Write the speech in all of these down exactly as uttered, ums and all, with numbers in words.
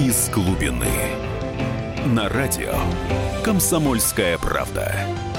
из глубины. На радио «Комсомольская правда».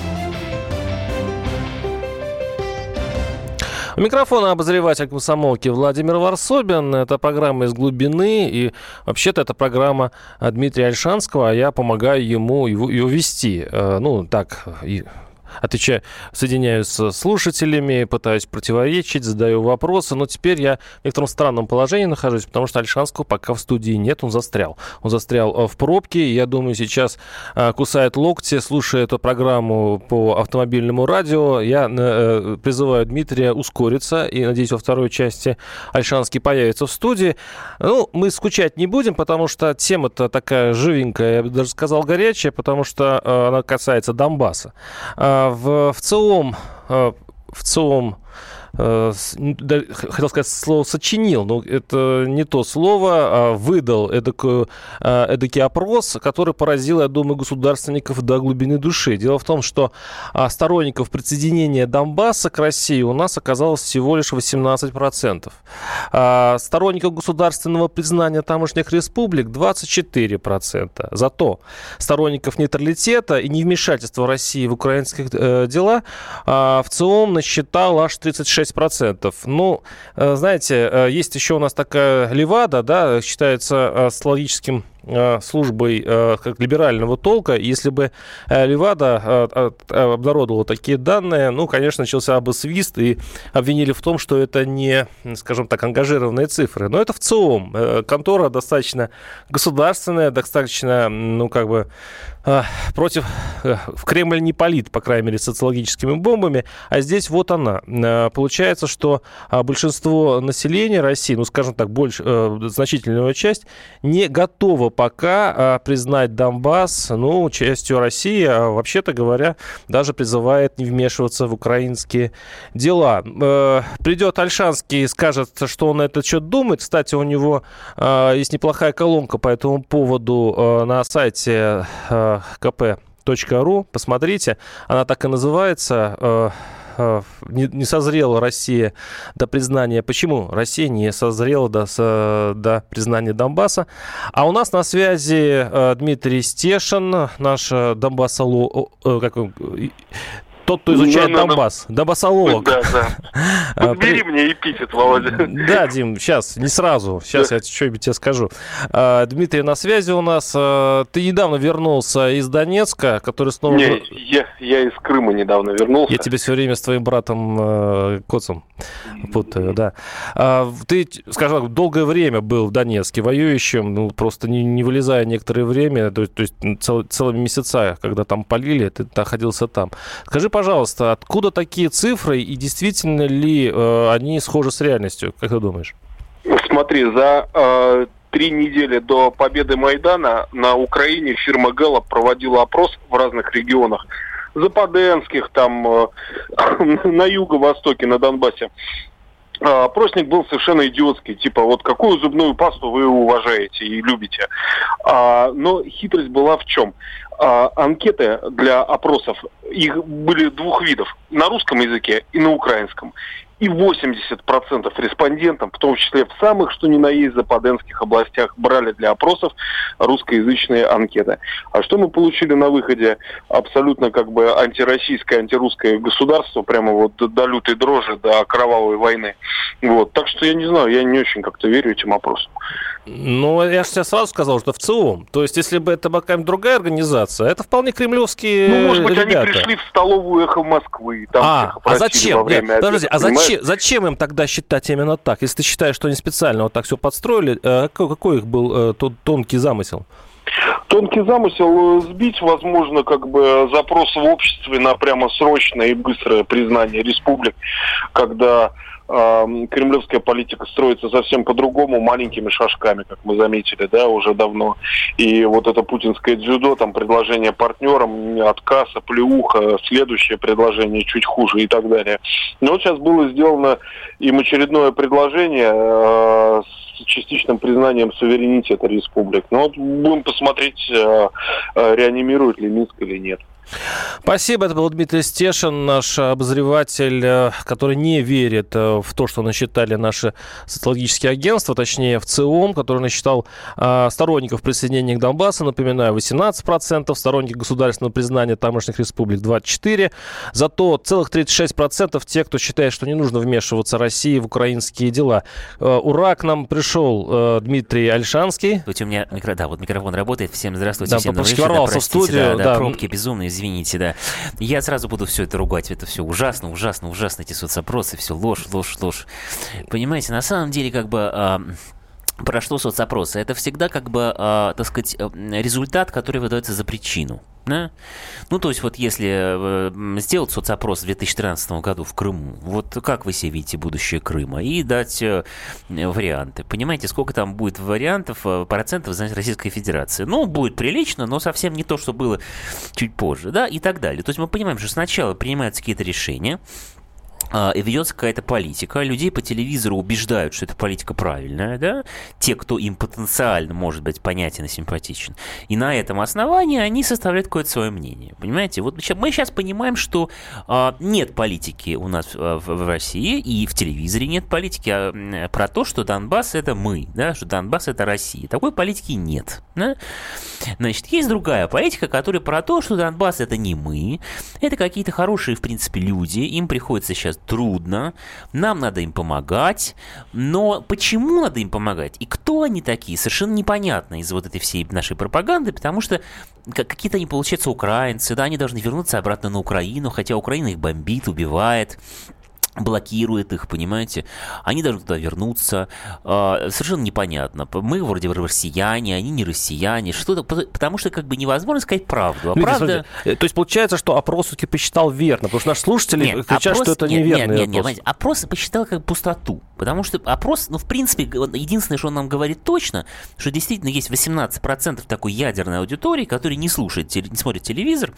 У микрофона обозреватель комсомолки Владимир Варсобин. Это программа «Из глубины». И вообще-то это программа Дмитрия Ольшанского, а я помогаю ему ее вести. Ну, так... и... Отвечаю, соединяюсь с слушателями, пытаюсь противоречить, задаю вопросы, но теперь я в некотором странном положении нахожусь, потому что Ольшанского пока в студии нет, он застрял. Он застрял в пробке, и я думаю, сейчас кусает локти, слушая эту программу по автомобильному радио. Я призываю Дмитрия ускориться, и, надеюсь, во второй части Ольшанский появится в студии. Ну, мы скучать не будем, потому что тема-то такая живенькая, я бы даже сказал горячая, потому что она касается Донбасса. В, в целом, в целом, хотел сказать слово «сочинил», но это не то слово, выдал эдакую, эдакий опрос, который поразил, я думаю, государственников до глубины души. Дело в том, что сторонников присоединения Донбасса к России у нас оказалось всего лишь восемнадцать процентов. Сторонников государственного признания тамошних республик двадцать четыре процента. Зато сторонников нейтралитета и невмешательства России в украинских дела в целом насчитал аж тридцать шесть процентов. Ну, знаете, есть еще у нас такая Левада, да, считается социологическим службой как либерального толка. Если бы Левада обнародовала такие данные, ну, конечно, начался бы свист, и обвинили в том, что это не, скажем так, ангажированные цифры. Но это в целом контора достаточно государственная, достаточно, ну, как бы, против... В Кремль не палит, по крайней мере, социологическими бомбами, а здесь вот она. Получается, что большинство населения России, ну, скажем так, больше, значительная часть, не готова пока а, признать Донбасс, ну, частью России, а вообще-то говоря, даже призывает не вмешиваться в украинские дела. Э, придет Ольшанский и скажет, что он на этот счет думает. Кстати, у него э, есть неплохая колонка по этому поводу э, на сайте э, ка пэ точка ру. Посмотрите, она так и называется. Э, Не, не созрела Россия до признания. Почему Россия не созрела до, до признания Донбасса? А у нас на связи Дмитрий Стешин, наш Донбассолог, как он, тот, кто изучает ну, Донбасс. Ну, Донбассолог. Да, да. Подбери мне эпитет, Володя. Да, Дим, сейчас, не сразу. Сейчас да. я что-нибудь тебе скажу. Дмитрий на связи у нас. Ты недавно вернулся из Донецка, который снова... Не, я, я из Крыма недавно вернулся. Я тебя все время с твоим братом э, Коцом путаю, да. А, ты, скажем так, долгое время был в Донецке воюющим, ну, просто не, не вылезая некоторое время, то, то есть цел, целыми месяца, когда там полили, ты находился там. Скажи, пожалуйста, откуда такие цифры и действительно ли э, они схожи с реальностью? Как ты думаешь? Смотри, за э, три недели до победы Майдана на Украине фирма Gallup проводила опрос в разных регионах. Западенских, там, э, на юго-востоке, на Донбассе. Э, опросник был совершенно идиотский. Типа, вот какую зубную пасту вы уважаете и любите. А, но хитрость была в чем? А, анкеты для опросов, их были двух видов. На русском языке и на украинском. И восемьдесят процентов респондентов, в том числе в самых, что ни на есть, западенских областях, брали для опросов русскоязычные анкеты. А что мы получили на выходе? Абсолютно как бы антироссийское, антирусское государство, прямо вот до, до лютой дрожи, до кровавой войны. Вот. Так что я не знаю, я не очень как-то верю этим опросам. Ну, я же тебе сразу сказал, что в ЦИОМ. То есть, если бы это была какая-нибудь другая организация, это вполне кремлевские ребята. Ну, может быть, ребята. Они пришли в столовую «Эхо Москвы». Там а, а зачем? Нет, подожди, а зачем, зачем им тогда считать именно так? Если ты считаешь, что они специально вот так все подстроили, какой, какой их был тот тонкий замысел? Тонкий замысел сбить, возможно, как бы запрос в обществе на прямо срочное и быстрое признание республик, когда э, кремлевская политика строится совсем по-другому, маленькими шажками, как мы заметили, да, уже давно. И вот это путинское дзюдо, там предложение партнерам, отказ, оплеуха, следующее предложение чуть хуже и так далее. Но вот сейчас было сделано им очередное предложение э, с частичным признанием суверенитета республик. Но вот будем посмотреть, э, э, реанимирует ли Минск или нет. Спасибо. Это был Дмитрий Стешин, наш обозреватель, который не верит в то, что насчитали наши социологические агентства, точнее в ЦИОМ, который насчитал сторонников присоединения к Донбассу, напоминаю, восемнадцать процентов, сторонников государственного признания тамошних республик двадцать четыре процента, зато целых тридцать шесть процентов тех, кто считает, что не нужно вмешиваться России в украинские дела. Ура, к нам пришел Дмитрий Ольшанский. Вот у меня микро... да, вот микрофон работает. Всем здравствуйте, да, всем добрый вечер. Да, в студию. Да, да. Пробки безумные, извините, да. Я сразу буду все это ругать. Это все ужасно, ужасно, ужасно, эти соцопросы, все ложь, ложь, ложь. Понимаете, на самом деле, как бы... А... Про что соцопросы? Это всегда, как бы, э, так сказать, результат, который выдается за причину. Да? Ну, то есть, вот если э, сделать соцопрос в две тысячи тринадцатом году в Крыму, вот как вы себе видите будущее Крыма, и дать э, варианты. Понимаете, сколько там будет вариантов, э, процентов занять Российской Федерации? Ну, будет прилично, но совсем не то, что было чуть позже, да, и так далее. То есть, мы понимаем, что сначала принимаются какие-то решения, и ведется какая-то политика. Людей по телевизору убеждают, что эта политика правильная, да? Те, кто им потенциально может быть понятен и симпатичен. И на этом основании они составляют какое-то свое мнение. Понимаете? Вот мы сейчас понимаем, что а, нет политики у нас в, в России, и в телевизоре нет политики а, про то, что Донбасс — это мы, да? Что Донбасс — это Россия. Такой политики нет. Да? Значит, есть другая политика, которая про то, что Донбасс — это не мы. Это какие-то хорошие, в принципе, люди. Им приходится сейчас трудно, нам надо им помогать, но почему надо им помогать и кто они такие, совершенно непонятно из вот этой всей нашей пропаганды, потому что какие-то они, получается, украинцы, да, они должны вернуться обратно на Украину, хотя Украина их бомбит, убивает, блокирует их, понимаете? Они должны туда вернуться. Э, совершенно непонятно. Мы вроде россияне, они не россияне. Что-то, потому что как бы невозможно сказать правду. А Видите, правда... смотрите, то есть получается, что опрос все-таки посчитал верно, потому что наши слушатели нет, кричат, опрос... что это нет, неверный нет, нет, опрос. Нет, опрос посчитал как пустоту. Потому что опрос, ну, в принципе, единственное, что он нам говорит точно, что действительно есть восемнадцать процентов такой ядерной аудитории, которая не слушает, не смотрит телевизор,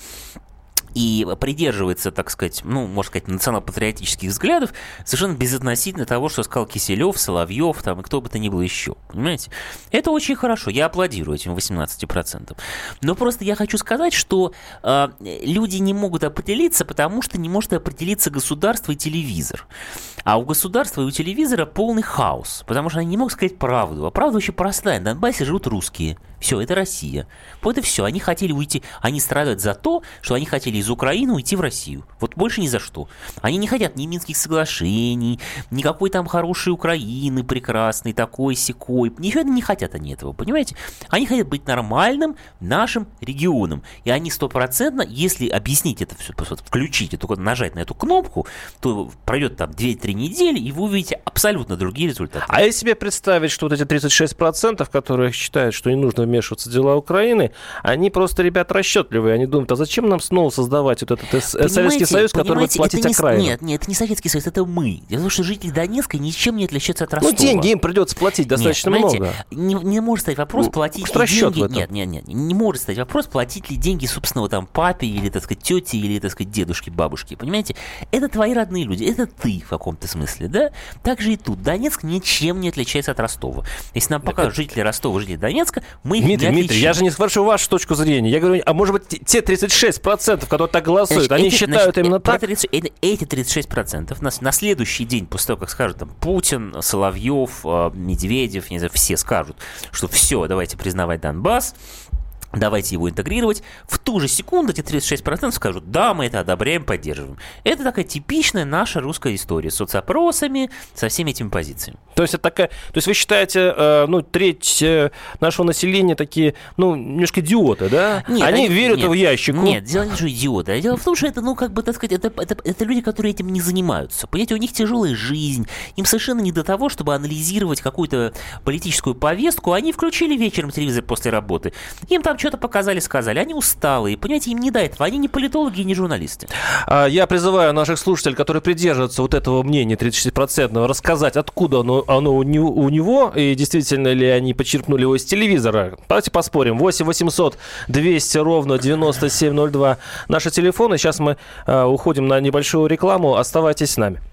и придерживается, так сказать, ну, можно сказать, национал-патриотических взглядов совершенно безотносительно того, что сказал Киселев, Соловьев, там, и кто бы то ни было еще. Понимаете? Это очень хорошо. Я аплодирую этим восемнадцати процентам. Но просто я хочу сказать, что э, люди не могут определиться, потому что не может определиться государство и телевизор. А у государства и у телевизора полный хаос, потому что они не могут сказать правду. А правда очень простая. На Донбассе живут русские. Все, это Россия. Вот и все. Они хотели уйти. Они страдают за то, что они хотели из Украины уйти в Россию. Вот больше ни за что. Они не хотят ни Минских соглашений, никакой там хорошей Украины прекрасной, такой-сякой. Ничего не хотят они этого, понимаете? Они хотят быть нормальным нашим регионом. И они стопроцентно, если объяснить это все, включить, только нажать на эту кнопку, то пройдет там две-три недели, и вы увидите абсолютно другие результаты. А если себе представить, что вот эти тридцать шесть процентов, которые считают, что не нужно вмешиваться в дела Украины, они просто, ребята, расчетливые. Они думают, а зачем нам снова создавать вот этот понимаете, Советский Союз, который будет платить окраину? Нет, нет, это не Советский Союз, это мы. Дело в том, что жители Донецка ничем не отличаются от Ростова. Ну, деньги им придется платить достаточно нет, много. Не, не может стать вопрос, платить ну, ли деньги... Нет, нет, нет, не может стать вопрос, платить ли деньги собственного там папе или, так сказать, тете, или, так сказать, дедушке, бабушке. Понимаете? Это твои родные люди, это ты в каком-то смысле, да? Так же и тут. Донецк ничем не отличается от Ростова. Если нам покажут жители Ростова, жители Донецка, мы их Дмитрий, не Дмитрий, я же не спрашиваю вашу точку зрения. Я говорю, а может быть, те тридцать шесть процентов, которые так голосуют, значит, они эти, считают значит, именно так? тридцать, эти тридцать шесть процентов на, на следующий день, после того, как скажут там Путин, Соловьев, Медведев, не знаю, все скажут, что все, давайте признавать Донбасс, давайте его интегрировать. В ту же секунду эти тридцать шесть процентов скажут, да, мы это одобряем, поддерживаем. Это такая типичная наша русская история с соцопросами, со всеми этими позициями. То есть это такая, то есть вы считаете, э, ну, треть э, нашего населения такие, ну, немножко идиоты, да? Нет, они, они верят нет, в ящику. Нет, дело не что идиоты. Дело в том, что это, ну, как бы, так сказать, это, это, это люди, которые этим не занимаются. Понимаете, у них тяжелая жизнь, им совершенно не до того, чтобы анализировать какую-то политическую повестку. Они включили вечером телевизор после работы, им там что-то показали, сказали. Они усталые, понимаете, им не до этого. Они не политологи и не журналисты. Я призываю наших слушателей, которые придерживаются вот этого мнения тридцать шесть процентов, рассказать, откуда оно, оно у него, и действительно ли они почерпнули его из телевизора. Давайте поспорим. восемь восемьсот двести ровно девяносто семь ноль два наши телефоны. Сейчас мы э, уходим на небольшую рекламу. Оставайтесь с нами.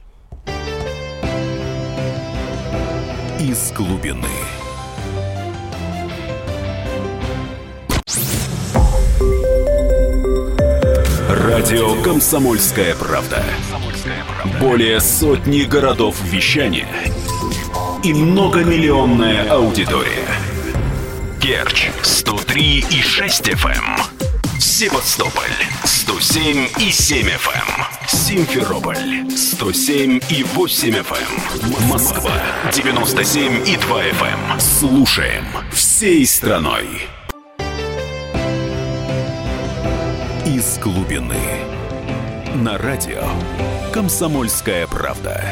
Из глубины. Радио «Комсомольская правда». Более сотни городов вещания и многомиллионная аудитория. Керчь сто три и шесть эф эм, Севастополь сто семь и семь эф эм, Симферополь сто семь и восемь эф эм, Москва девяносто семь и два эф эм. Слушаем всей страной. Из глубины. На радио «Комсомольская правда».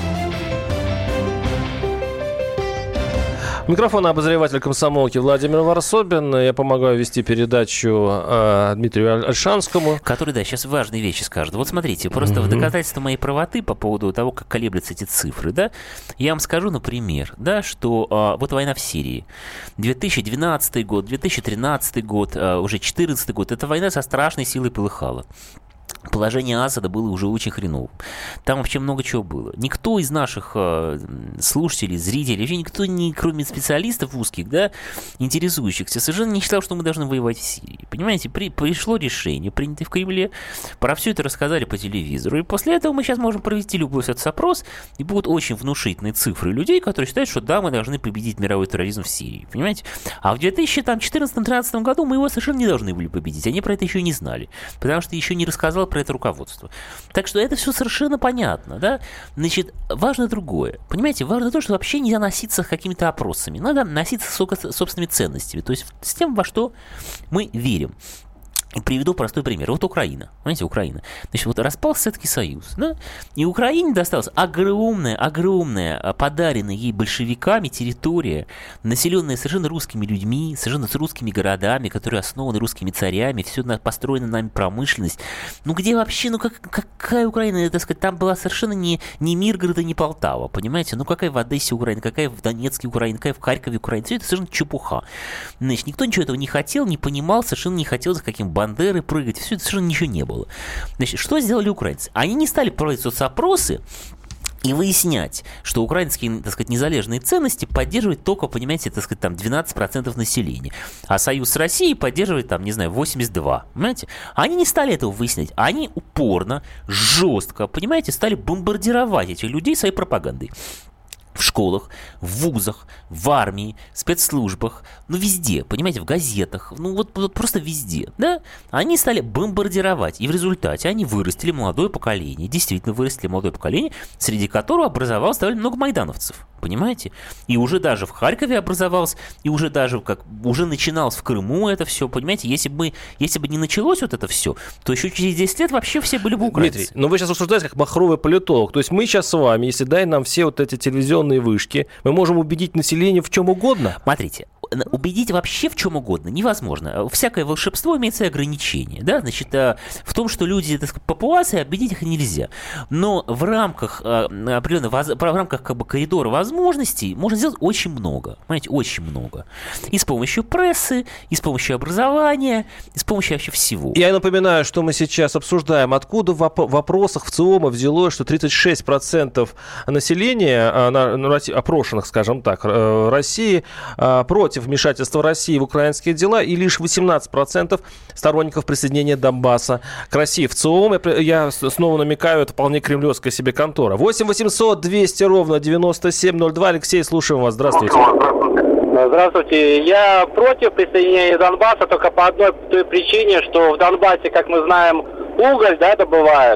Микрофон обозреватель комсомолки Владимир Варсобин. Я помогаю вести передачу э, Дмитрию Ольшанскому. Который, да, сейчас важные вещи скажет. Вот смотрите, просто mm-hmm. в доказательство моей правоты по поводу того, как колеблются эти цифры, да, я вам скажу, например, да, что э, вот война в Сирии. две тысячи двенадцатый год, две тысячи тринадцатый год, э, уже две тысячи четырнадцатый год. Эта война со страшной силой полыхала. Положение Асада было уже очень хреново. Там вообще много чего было. Никто из наших э, слушателей, зрителей, вообще никто, не, кроме специалистов узких, да, интересующихся, совершенно не считал, что мы должны воевать в Сирии. Понимаете, при, пришло решение, принятое в Кремле, про все это рассказали по телевизору, и после этого мы сейчас можем провести любой соцопрос, и будут очень внушительные цифры людей, которые считают, что да, мы должны победить мировой терроризм в Сирии. Понимаете? А в две тысячи четырнадцатом-тринадцатом году мы его совершенно не должны были победить. Они про это еще не знали, потому что еще не рассказал про это руководство. Так что это все совершенно понятно, да? Значит, важно другое. Понимаете, важно то, что вообще нельзя носиться с какими-то опросами. Надо носиться с собственными ценностями, то есть с тем, во что мы верим. И приведу простой пример. Вот Украина. Понимаете, Украина. Значит, вот распался Советский Союз, да? И Украине досталась огромная, огромная, подаренная ей большевиками территория, населенная совершенно русскими людьми, совершенно с русскими городами, которые основаны русскими царями, все построена нами промышленность. Ну, где вообще, ну, как, какая Украина, так сказать, там была совершенно не, не Миргород и не Полтава, понимаете? Ну, какая в Одессе Украина, какая в Донецке Украина, какая в Харькове Украина. Все это совершенно чепуха. Значит, никто ничего этого не хотел, не понимал, совершенно не хотел за каким бандеры прыгать, все это совершенно ничего не было. Значит, что сделали украинцы? Они не стали проводить соцопросы и выяснять, что украинские, так сказать, незалежные ценности поддерживает только, понимаете, так сказать, там двенадцать процентов населения, а союз с Россией поддерживает, там, не знаю, восемьдесят два процента, понимаете? Они не стали этого выяснять, они упорно, жестко, понимаете, стали бомбардировать этих людей своей пропагандой. В школах, в вузах, в армии, в спецслужбах, ну везде, понимаете, в газетах, ну вот, вот просто везде, да? Они стали бомбардировать, и в результате они вырастили молодое поколение, действительно вырастили молодое поколение, среди которого образовалось довольно много майдановцев, понимаете? И уже даже в Харькове образовалось, и уже даже как уже начиналось в Крыму это все, понимаете? Если бы, если бы не началось вот это все, то еще через десять лет вообще все были бы украинцы. Дмитрий, но вы сейчас рассуждаете как махровый политолог, то есть мы сейчас с вами, если дай нам все вот эти телевизионные вышки, мы можем убедить население в чем угодно. Смотрите, убедить вообще в чем угодно невозможно. Всякое волшебство имеет свои ограничения. Да? Значит, в том, что люди, так сказать, популяции, обидеть их нельзя. Но в рамках определенных, в рамках как бы коридора возможностей можно сделать очень много. Понимаете, очень много. И с помощью прессы, и с помощью образования, и с помощью вообще всего. Я напоминаю, что мы сейчас обсуждаем, откуда в вопросах в ЦИОМа взялось, что тридцать шесть процентов населения, опрошенных, скажем так, России, против вмешательства России в украинские дела, и лишь восемнадцать процентов сторонников присоединения Донбасса к России. В ЦИОМ, я снова намекаю, это вполне кремлевская себе контора. восемь восемьсот двести ровно девяносто семь ноль два. Алексей, слушаем вас. Здравствуйте. Здравствуйте. Я против присоединения Донбасса только по одной той причине, что в Донбассе, как мы знаем, уголь, да, добывают.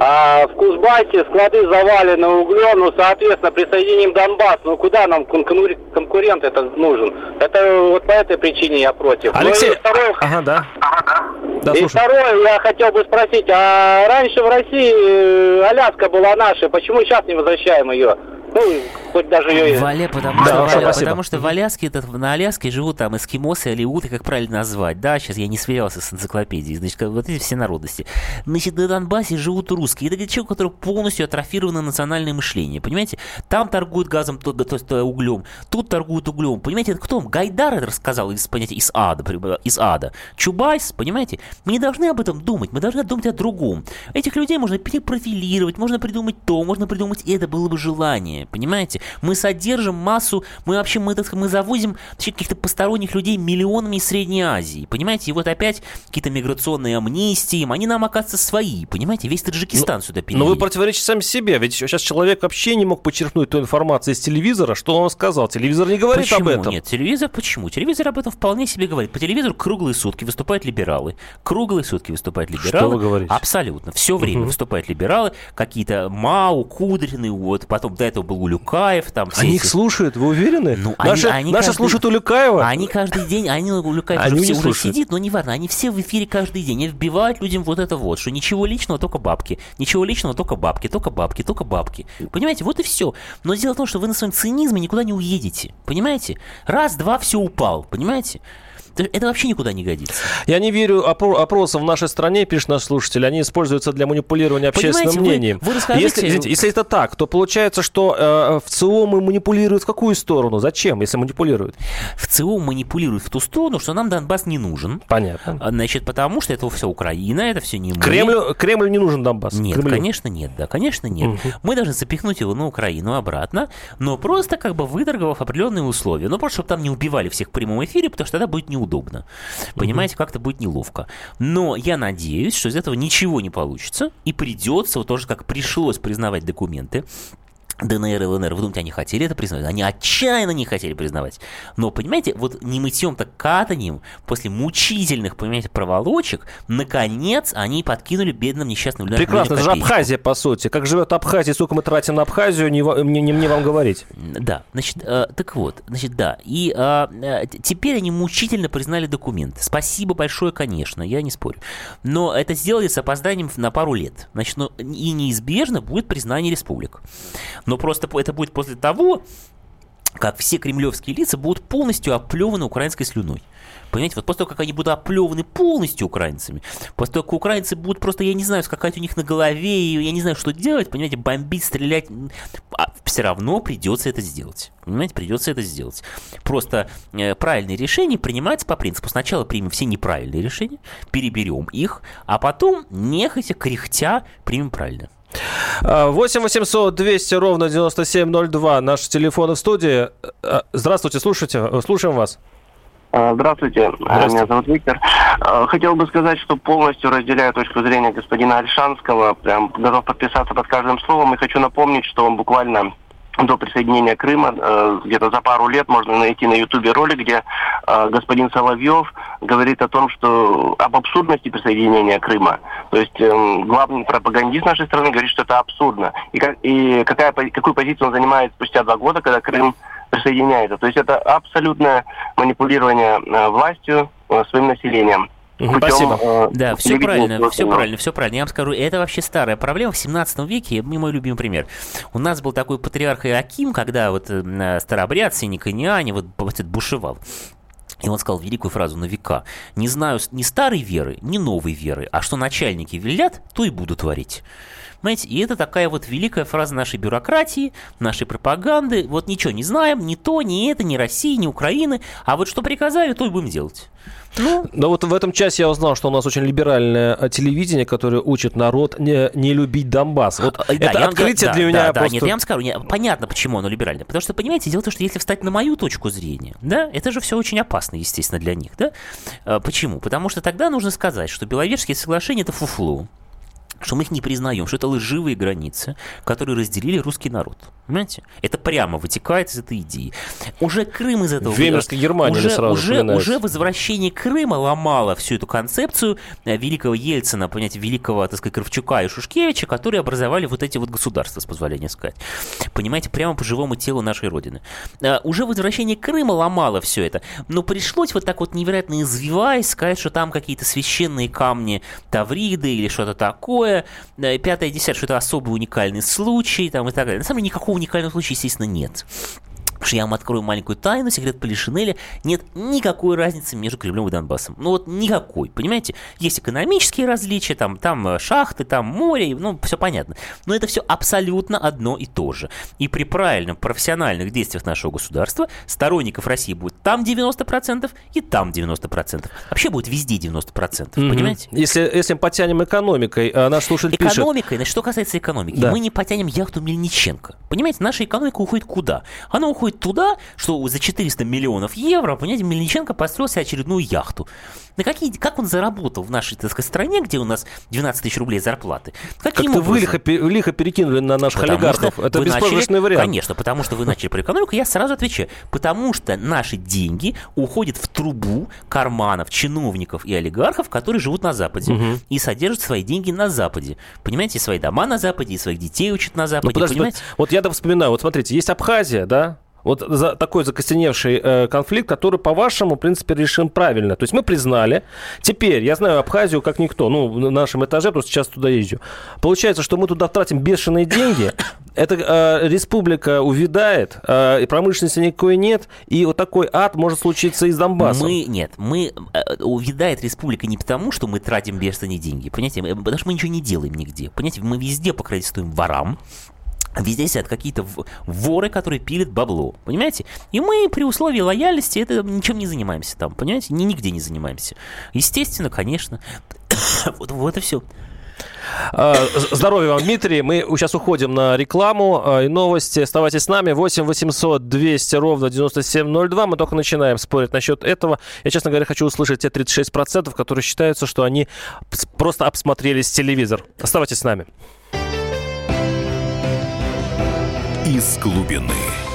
А в Кузбассе склады завалены углем, ну, соответственно, присоединим Донбасс, ну, куда нам конкурент, конкурент этот нужен? Это вот по этой причине я против. Алексей, ну, и второе, ага, да. Ага, да. да и второе, я хотел бы спросить, а раньше в России Аляска была наша, почему сейчас не возвращаем ее? Ну, хоть даже ее... Валя, потому, да, что, Валя, потому что в Аляске, это, на Аляске живут там эскимосы, алеуты, как правильно назвать, да, сейчас я не сверялся с энциклопедией, значит, вот эти все народности. Значит, на Донбассе живут русские, это человек, у которого полностью атрофировано национальное мышление, понимаете? Там торгуют газом, то, то есть углем, тут торгуют углем, понимаете, это кто? Гайдар это рассказал из понятия из ада, из ада. Чубайс, понимаете? Мы не должны об этом думать, мы должны думать о другом. Этих людей можно перепрофилировать, можно придумать то, можно придумать это, было бы желание. стране, понимаете? Мы содержим массу, мы вообще, мы, мы завозим каких-то посторонних людей миллионами из Средней Азии, понимаете? И вот опять какие-то миграционные амнистии, они нам, оказывается, свои, понимаете? Весь Таджикистан ну, сюда перевели. Но вы противоречите сами себе, ведь сейчас человек вообще не мог подчеркнуть ту информацию из телевизора, что он сказал. Телевизор не говорит почему? об этом. Нет, телевизор почему? Телевизор об этом вполне себе говорит. По телевизору круглые сутки выступают либералы. Круглые сутки выступают либералы. Что вы говорите? Абсолютно. Все время угу. выступают либералы. Какие-то Мау, Кудрины, вот, потом до этого был Улюкаев. Там, все они эти... их слушают, вы уверены? Ну, наши они, они наши каждый... слушают Улюкаева? Они каждый день, они Улюкаев они уже, уже сидит, но неважно, они все в эфире каждый день. Они вбивают людям вот это вот, что ничего личного, только бабки. Ничего личного, только бабки, только бабки, только бабки. Понимаете, вот и все. Но дело в том, что вы на своем цинизме никуда не уедете. Понимаете? Раз, два, все упал. Понимаете? Это вообще никуда не годится. Я не верю опросам в нашей стране, пишет наш слушатель. Они используются для манипулирования общественным Понимаете, мнением. Вы, вы расскажите... если, извините, если это так, то получается, что э, в ЦИОМы манипулируют в какую сторону? Зачем, если манипулируют? В ЦИОМ манипулируют в ту сторону, что нам Донбасс не нужен. Понятно. Значит, потому что это все Украина, это все не мы. Кремлю, Кремлю не нужен Донбасс? Нет, Кремлю. конечно нет, да, конечно нет. Угу. Мы должны запихнуть его на Украину обратно, но просто как бы выторговав определенные условия. Ну, просто чтобы там не убивали всех в прямом эфире, потому что тогда будет неудобно. Понимаете, как-то будет неловко. Но я надеюсь, что из этого ничего не получится, и придется, вот тоже как пришлось признавать документы, ДНР и ЛНР, вы думаете, они хотели это признавать? Они отчаянно не хотели признавать. Но, понимаете, вот не мытьем, так катанием, после мучительных, понимаете, проволочек, наконец они подкинули бедным несчастным людям. Прекрасно, это же Абхазия, по сути. Как живет Абхазия, сколько мы тратим на Абхазию, не, не, не мне вам говорить. Да, значит, э, так вот, значит, да. И э, э, теперь они мучительно признали документы. Спасибо большое, конечно, я не спорю. Но это сделали с опозданием на пару лет. Значит, ну, и неизбежно будет признание республик. Но просто это будет после того, как все кремлевские лица будут полностью оплеваны украинской слюной. Понимаете, вот после того, как они будут оплеваны полностью украинцами, после того, как украинцы будут просто, я не знаю, скакать у них на голове, и я не знаю, что делать, понимаете, бомбить, стрелять, а все равно придется это сделать. Понимаете, придется это сделать. Просто э, правильные решения принимаются по принципу: сначала примем все неправильные решения, переберем их, а потом, нехотя, кряхтя, примем правильно. восемь восемьсот двести ровно девяносто семь ноль два. Наши телефоны в студии. Здравствуйте, слушайте, слушаем вас. Здравствуйте. Здравствуйте, меня зовут Виктор. Хотел бы сказать, что полностью разделяю точку зрения господина Ольшанского, прям готов подписаться под каждым словом, и хочу напомнить, что он буквально до присоединения Крыма, где-то за пару лет можно найти на Ютубе ролик, где господин Соловьев говорит о том, что об абсурдности присоединения Крыма. То есть главный пропагандист нашей страны говорит, что это абсурдно. И, как, и какая, какую позицию он занимает спустя два года, когда Крым присоединяется. То есть это абсолютное манипулирование властью своим населением. Путем, Спасибо. Э, да, все правильно, все правильно, все правильно. Я вам скажу, это вообще старая проблема. В семнадцатом веке, мой любимый пример. У нас был такой патриарх Иоаким, когда вот э, старообрядцы, никониане, вот, вот бушевал. И он сказал великую фразу на века: не знаю ни старой веры, ни новой веры, а что начальники велят, то и буду творить. Понимаете, и это такая вот великая фраза нашей бюрократии, нашей пропаганды. Вот ничего не знаем, ни то, ни это, ни России, ни Украины. А вот что приказали, то и будем делать. Ну, но вот в этом часе я узнал, что у нас очень либеральное телевидение, которое учит народ не, не любить Донбасс. Вот да, это открытие да, для да, меня да, просто... Да, нет, я вам скажу, нет, понятно, почему оно либеральное. Потому что, понимаете, дело в том, что если встать на мою точку зрения, да, это же все очень опасно, естественно, для них, да. А, почему? Потому что тогда нужно сказать, что Беловежские соглашения – это фуфло, что мы их не признаем, что это лживые границы, которые разделили русский народ. Понимаете? Это прямо вытекает из этой идеи. Уже Крым из этого... В Веймарской Германии уже, сразу уже, уже возвращение Крыма ломало всю эту концепцию великого Ельцина, понимаете, великого, так сказать, Кравчука и Шушкевича, которые образовали вот эти вот государства, с позволения сказать. Понимаете, прямо по живому телу нашей Родины. Уже возвращение Крыма ломало все это. Но пришлось вот так вот невероятно извиваясь сказать, что там какие-то священные камни Тавриды или что-то такое. Пятое, десятое, что это особый уникальный случай там, и так далее. На самом деле никакого уникального случая, естественно, нет. Потому что я вам открою маленькую тайну, секрет Полишинеля, нет никакой разницы между Кремлем и Донбассом. Ну вот никакой, понимаете? Есть экономические различия, там, там шахты, там море, ну все понятно. Но это все абсолютно одно и то же. И при правильном профессиональных действиях нашего государства сторонников России будет там девяносто процентов и там девяносто процентов. Вообще будет везде девяносто процентов, mm-hmm. понимаете? Если, если мы потянем экономикой, а наш слушатель пишет... Экономикой, значит, что касается экономики, да. мы не потянем яхту Мельниченко. Понимаете, наша экономика уходит куда? Она уходит туда, что за четыреста миллионов евро, понимаете, Мельниченко построил себе очередную яхту. На какие, как он заработал в нашей, так сказать, стране, где у нас двенадцать тысяч рублей зарплаты? Каким Как-то вы лихо, лихо перекинули на наших потому олигархов. Это беспроигрышный вариант. Конечно, потому что вы начали про экономику, я сразу отвечаю. Потому что наши деньги уходят в трубу карманов чиновников и олигархов, которые живут на Западе угу. и содержат свои деньги на Западе. Понимаете, свои дома на Западе, и своих детей учат на Западе. Ну, подожди, вот я-то вспоминаю, вот смотрите, есть Абхазия, да? Вот за такой закостеневший э, конфликт, который, по-вашему, в принципе, решен правильно. То есть мы признали. Теперь, я знаю Абхазию как никто. Ну, на нашем этаже, просто сейчас туда езжу. Получается, что мы туда тратим бешеные деньги. Эта э, республика увядает, э, и промышленности никакой нет. И вот такой ад может случиться и с Донбассом. Мы, нет, мы, э, увядает республика не потому, что мы тратим бешеные деньги. Понимаете, потому что мы ничего не делаем нигде. Понимаете, мы везде покровительствуем ворам. Везде сидят какие-то воры, которые пилят бабло, понимаете? И мы при условии лояльности это ничем не занимаемся там, понимаете? Ни, нигде не занимаемся. Естественно, конечно. вот, вот и все. Здоровья вам, Дмитрий. Мы сейчас уходим на рекламу и новости. Оставайтесь с нами. восемь восемьсот двести ровно девяносто семь ноль два. Мы только начинаем спорить насчет этого. Я, честно говоря, хочу услышать те тридцать шесть процентов, которые считаются, что они просто обсмотрелись телевизор. Оставайтесь с нами. Из глубины.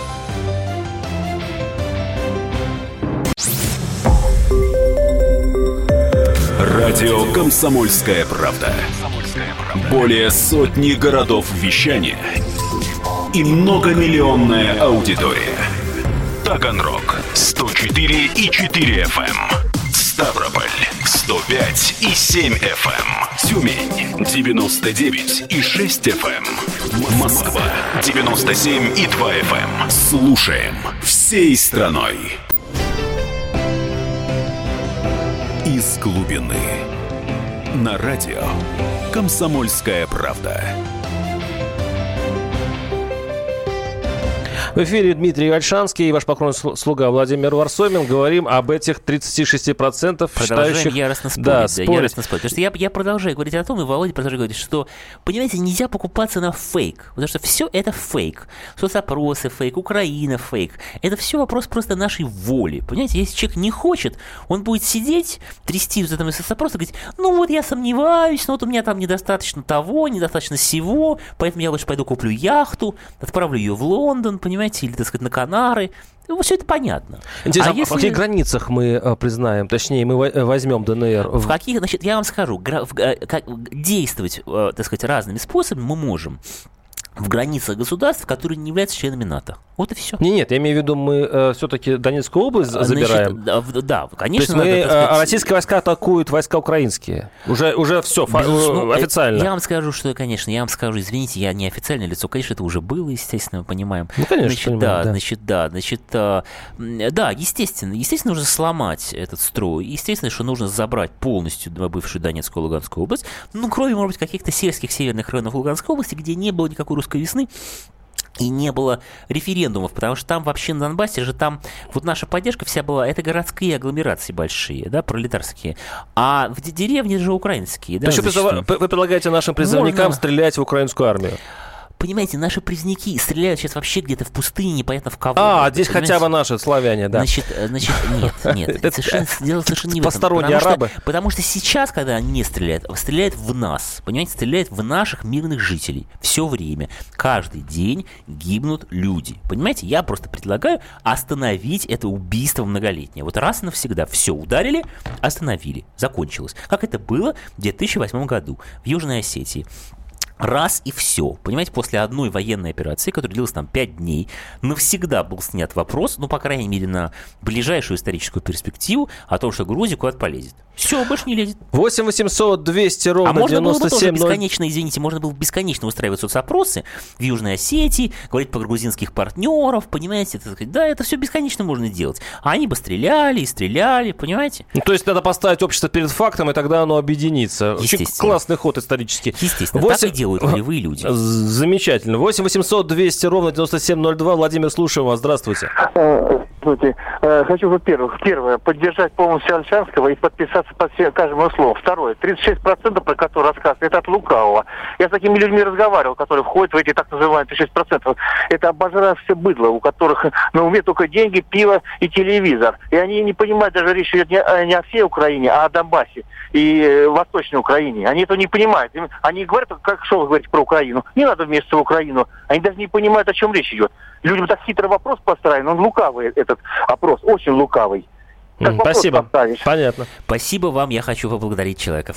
Радио «Комсомольская правда». Более сотни городов вещания и многомиллионная аудитория. Таганрог сто четыре и четыре эф эм, Ставрополь сто пять и семь эф эм, Тюмень девяносто девять и шесть эф эм, Москва девяносто семь и два эф эм. Слушаем всей страной. Из глубины. На радио «Комсомольская правда». В эфире Дмитрий Ольшанский и ваш покорный слуга Владимир Варсобин. Говорим об этих тридцати шести процентах считающих... яростно спорить. Да, да, спорить. яростно спорить. Потому что я, я продолжаю говорить о том, и Володя продолжает говорить, что, понимаете, нельзя покупаться на фейк. Потому что все это фейк. Соцопросы фейк, Украина фейк. Это все вопрос просто нашей воли. Понимаете, если человек не хочет, он будет сидеть, трясти вот этом соцопросы, говорить, ну вот я сомневаюсь, но вот у меня там недостаточно того, недостаточно сего, поэтому я лучше пойду куплю яхту, отправлю ее в Лондон, понимаете, или, так сказать, на Канары. Ну, все это понятно. Интересно, а а если... в каких границах мы э, признаем, точнее, мы возьмем ДНР? В каких, значит, я вам скажу, гра... в... как... действовать, э, так сказать, разными способами мы можем в границах государств, которые не являются членами НАТО. Вот и все. Нет, нет, я имею в виду, мы э, все-таки Донецкую область забираем. Значит, да, да, конечно. То есть мы, надо, сказать... а российские войска атакуют войска украинские. Уже, уже все, фа- официально. Я вам скажу, что, конечно, я вам скажу, извините, я не официальное лицо, конечно, это уже было, естественно, мы понимаем. Ну, конечно, значит, понимаем, да, да. значит, да, значит, да, да, естественно, естественно, нужно сломать этот строй, естественно, что нужно забрать полностью бывшую Донецкую и Луганскую область, ну, кроме, может быть, каких-то сельских северных районов Луганской области, где не было никакой русской весны, и не было референдумов, потому что там вообще на Донбассе же там вот наша поддержка вся была, это городские агломерации большие, да, пролетарские, а в деревне же украинские. Да, То есть вы, вы предлагаете нашим призывникам Можно... стрелять в украинскую армию? Понимаете, наши признаки стреляют сейчас вообще где-то в пустыне, непонятно в кого. А, здесь понимаете? Хотя бы наши славяне, да. Значит, значит нет, нет. Это совершенно, дело совершенно не в этом. Посторонние арабы. Что, потому что сейчас, когда они не стреляют, стреляют в нас. Понимаете, стреляют в наших мирных жителей. Все время. Каждый день гибнут люди. Понимаете, я просто предлагаю остановить это убийство многолетнее. Вот раз и навсегда. Все, ударили, остановили. Закончилось. Как это было в две тысячи восьмом году в Южной Осетии. Раз и все. Понимаете, после одной военной операции, которая длилась там пять дней, навсегда был снят вопрос, ну, по крайней мере, на ближайшую историческую перспективу о том, что Грузия куда-то полезет. Все, больше не лезет. восемь восемьсот двести ровно а можно девяносто семь было бы тоже бесконечно, извините, можно было бы бесконечно устраивать соцопросы в Южной Осетии, говорить про грузинских партнеров, понимаете, это, да, это все бесконечно можно делать. А они бы стреляли и стреляли, понимаете? Ну, то есть надо поставить общество перед фактом, и тогда оно объединится. Очень классный ход исторический. Естественно, восемь... так и делают волевые люди. Замечательно. восемь восемьсот двести ровно девяносто семь ноль два. Владимир, слушаем вас. Здравствуйте. Здравствуйте. Хочу, во-первых, первое, поддержать полностью Альшанского и подписаться под все, каждому слову. Второе, тридцать шесть процентов, про которые рассказывают, это от лукавого. Я с такими людьми разговаривал, которые входят в эти так называемые тридцать шесть процентов. Это обожравшееся быдло, у которых на уме только деньги, пиво и телевизор. И они не понимают, даже речь идет не о, не о всей Украине, а о Донбассе и э, Восточной Украине. Они этого не понимают. Они говорят, как что вы говорите про Украину? Не надо вмешиваться в Украину. Они даже не понимают, о чем речь идет. Людям так хитрый вопрос поставлен, он лукавый, этот опрос, очень лукавый. Как Спасибо. Понятно. Спасибо вам, я хочу поблагодарить человека.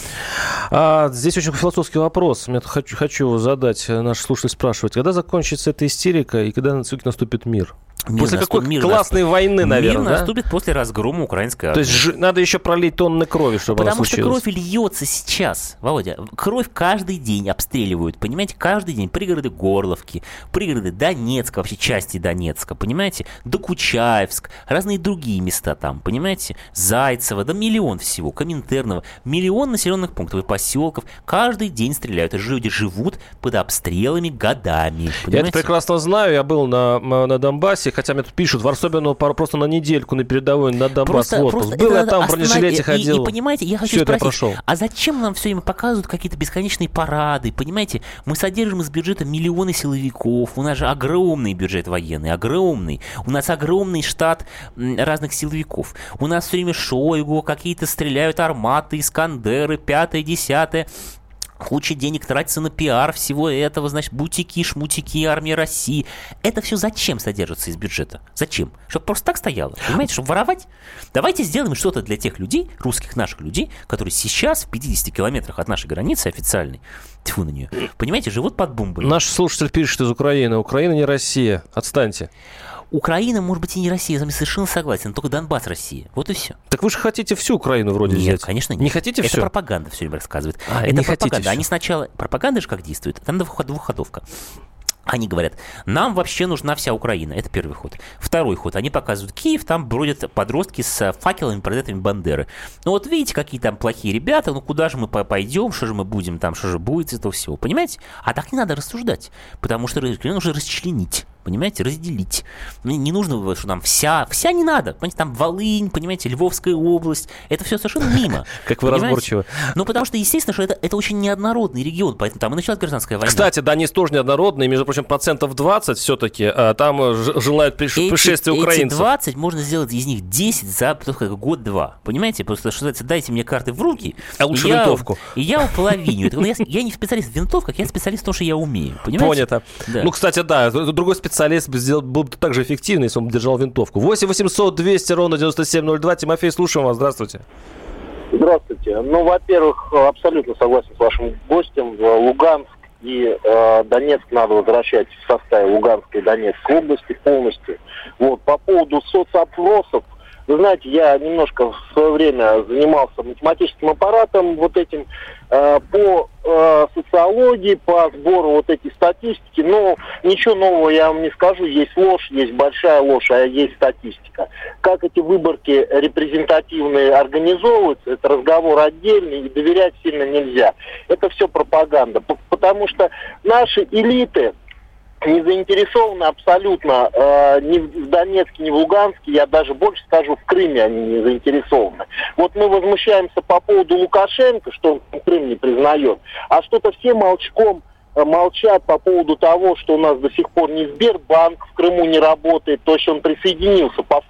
А, здесь очень философский вопрос. Я хочу, хочу задать, наш слушатель спрашивает, когда закончится эта истерика и когда все-таки наступит мир? Мир после наступ... какой мир классной наступ... войны, наверное, Мир да? наступит после разгрома украинской армии. То есть ж... надо еще пролить тонны крови, чтобы Потому она случилась. Потому что кровь льется сейчас, Володя. Кровь каждый день обстреливают, понимаете? Каждый день. Пригороды Горловки, пригороды Донецка, вообще части Донецка, понимаете? Докучаевск, разные другие места там, понимаете? Зайцево, да миллион всего, Коминтерново. Миллион населенных пунктов и поселков. Каждый день стреляют. И люди живут под обстрелами годами, понимаете? Я это прекрасно знаю. Я был на, на Донбассе, хотя мне тут пишут, Варсобину просто на недельку на передовой на Донбасс просто, в отпуск. Просто был я там, в бронежилете ходил. И, и понимаете, я хочу все спросить, а зачем нам все время показывают какие-то бесконечные парады, понимаете? Мы содержим из бюджета миллионы силовиков, у нас же огромный бюджет военный, огромный. У нас огромный штат разных силовиков. У нас все время Шойгу, какие-то стреляют арматы, Искандеры, пятое, десятое. Куча денег тратится на пиар всего этого, значит, бутики, шмутики, армия России. Это все зачем содержится из бюджета? Зачем? Чтобы просто так стояло, понимаете, чтобы воровать? Давайте сделаем что-то для тех людей, русских наших людей, которые сейчас в пятидесяти километрах от нашей границы официальной, тьфу на нее, понимаете, живут под бомбами. Наш слушатель пишет из Украины. Украина не Россия. Отстаньте. Украина, может быть, и не Россия, я с вами совершенно согласен, только Донбасс Россия. Вот и все. Так вы же хотите всю Украину вроде нет, взять. Нет, конечно, нет. Не хотите это все? Это пропаганда все время рассказывает. А, это не пропаганда. Они все. сначала... Пропаганда же как действует? Там двухходовка. Они говорят, нам вообще нужна вся Украина. Это первый ход. Второй ход. Они показывают Киев, там бродят подростки с факелами, портретами Бандеры. Ну вот видите, какие там плохие ребята, ну куда же мы пойдем, что же мы будем там, что же будет из этого всего. Понимаете? А так не надо рассуждать, потому что нужно расчленить. Понимаете, разделить. Не нужно, что там вся, вся не надо. Понимаете, там Волынь, понимаете, Львовская область. Это все совершенно мимо. Как вы разборчивы. Ну, потому что, естественно, что это, это очень неоднородный регион, поэтому там и началась гражданская война. Кстати, Донецк тоже неоднородный, между прочим, процентов двадцать все-таки там желают пришествия украинцев. Эти двадцать можно сделать из них десять за год-два. Понимаете? Просто что дайте мне карты в руки. А лучше я, винтовку. И я уполовиню. Я, я не специалист в винтовках, я специалист в том, что я умею. Понимаете? Понято. Да. Ну, кстати, да, другой специалист специалист сделал, был бы так же эффективный, если он бы держал винтовку. восемь восемьсот двести ровно девяносто семь ноль два. Тимофей, слушаем вас. Здравствуйте. Здравствуйте. Ну, во-первых, абсолютно согласен с вашим гостем. Луганск и э, Донецк надо возвращать в составе Луганской и Донецкой области полностью. Вот. По поводу соцопросов, вы знаете, я немножко в свое время занимался математическим аппаратом вот этим э, по э, социологии, по сбору вот этой статистики. Но ничего нового я вам не скажу. Есть ложь, есть большая ложь, а есть статистика. Как эти выборки репрезентативные организовываются, это разговор отдельный, и доверять сильно нельзя. Это все пропаганда. Потому что наши элиты не заинтересованы абсолютно э, ни в Донецке, ни в Луганске, я даже больше скажу, в Крыме они не заинтересованы. Вот мы возмущаемся по поводу Лукашенко, что он Крым не признает, а что-то все молчком э, молчат по поводу того, что у нас до сих пор ни Сбербанк в Крыму не работает, то есть он присоединился по факту к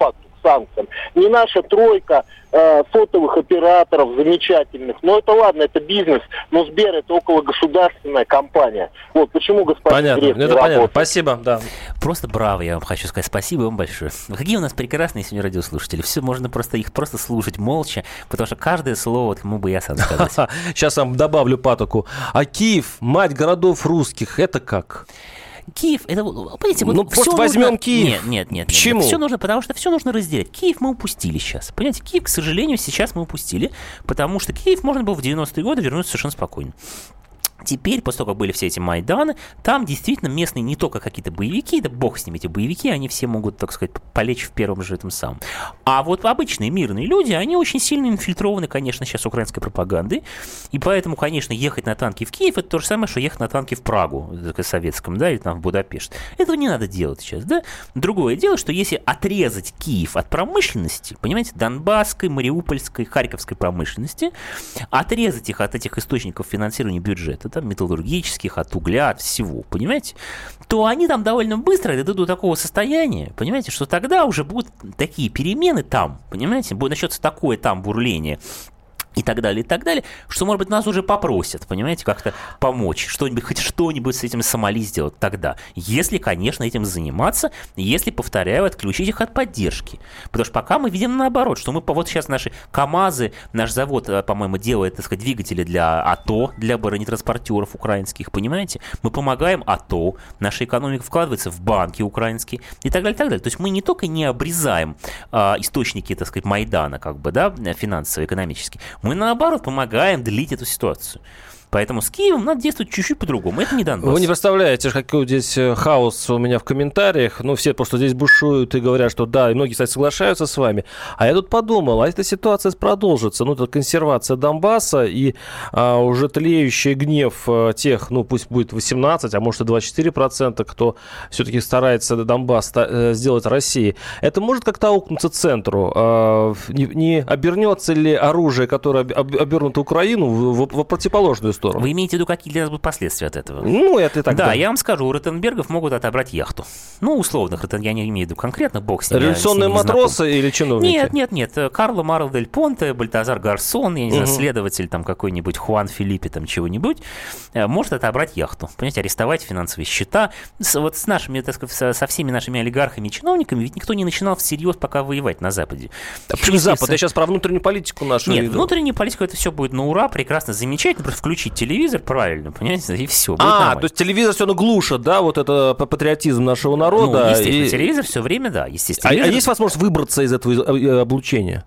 санкциям. Не наша тройка э, сотовых операторов замечательных. Но это ладно, это бизнес. Но Сбер это окологосударственная компания. Вот почему господин понятно. Греф не это работает. понятно. Спасибо, да. Просто браво, я вам хочу сказать. Спасибо вам большое. Какие у нас прекрасные сегодня радиослушатели. Все, можно просто их просто слушать молча, потому что каждое слово вот ему бы я сам сказал. Сейчас вам добавлю патоку. А Киев, мать городов русских, это как? Киев, это, понимаете, вот ну, все просто возьмем нужно... Киев. Нет, нет, нет. Почему? Нет, все нужно, потому что все нужно разделять. Киев мы упустили сейчас. Понимаете, Киев, к сожалению, сейчас мы упустили, потому что Киев можно было в девяностые годы вернуться совершенно спокойно. Теперь, после того, как были все эти Майданы, там действительно местные не только какие-то боевики, да бог с ними, эти боевики, они все могут, так сказать, полечь в первом же этом самом. А вот обычные мирные люди, они очень сильно инфильтрованы, конечно, сейчас украинской пропагандой, и поэтому, конечно, ехать на танке в Киев, это то же самое, что ехать на танке в Прагу, советском, да, или там в Будапешт. Этого не надо делать сейчас, да. Другое дело, что если отрезать Киев от промышленности, понимаете, донбасской, мариупольской, харьковской промышленности, отрезать их от этих источников финансирования бюджета, там, металлургических, от угля, от всего, понимаете, то они там довольно быстро дойдут до такого состояния, понимаете, что тогда уже будут такие перемены там, понимаете, будет начнется такое там бурление, и так далее, и так далее, что, может быть, нас уже попросят, понимаете, как-то помочь, что-нибудь, хоть что-нибудь с этим Сомали сделать тогда. Если, конечно, этим заниматься, если, повторяю, отключить их от поддержки. Потому что пока мы видим наоборот, что мы, вот сейчас наши КАМАЗы, наш завод, по-моему, делает, так сказать, двигатели для АТО, для бронетранспортеров украинских, понимаете? Мы помогаем АТО, наша экономика вкладывается в банки украинские и так далее, и так далее. То есть мы не только не обрезаем а, источники, так сказать, Майдана, как бы, да, финансово-экономические, мы, наоборот, помогаем длить эту ситуацию. Поэтому с Киевом надо действовать чуть-чуть по-другому. Это не Донбасс. Вы не представляете, какой здесь хаос у меня в комментариях. Ну, все просто здесь бушуют и говорят, что да, и многие, кстати, соглашаются с вами. А я тут подумал, а эта ситуация продолжится. Ну, это консервация Донбасса и а, уже тлеющий гнев а, тех, ну, пусть будет восемнадцать, а может и двадцать четыре процента, кто все-таки старается Донбасс та, сделать Россией. Это может как-то аукнуться центру? А, не, не обернется ли оружие, которое об, обернуто Украину, в, в, в противоположную сторону? Вы имеете в виду, какие для нас будут последствия от этого? Ну, это и так. Да, да, я вам скажу, у Ротенбергов могут отобрать яхту. Ну, условно, я не имею в виду конкретно, бог с ними. Революционные матросы или чиновники? Нет, нет, нет. Карло Маро дель Понте, Бальтазар Гарсон, я не знаю, угу. следователь там какой-нибудь, Хуан Филиппе там чего-нибудь, может отобрать яхту. Понимаете, арестовать финансовые счета. С, вот с нашими, так сказать, со всеми нашими олигархами и чиновниками ведь никто не начинал всерьез пока воевать на Западе. А почему Запад? Я сейчас про внутреннюю политику нашу. Нет, иду. внутреннюю политику это все будет на ура, прекрасно, замечательно. Просто включить телевизор, правильно, понимаете, и все. А, нормально. то есть телевизор все равно глушит, да, вот это патриотизм нашего народа. Ну, естественно, и... телевизор все время, да, естественно. А, телевизор... а есть возможность выбраться из этого облучения?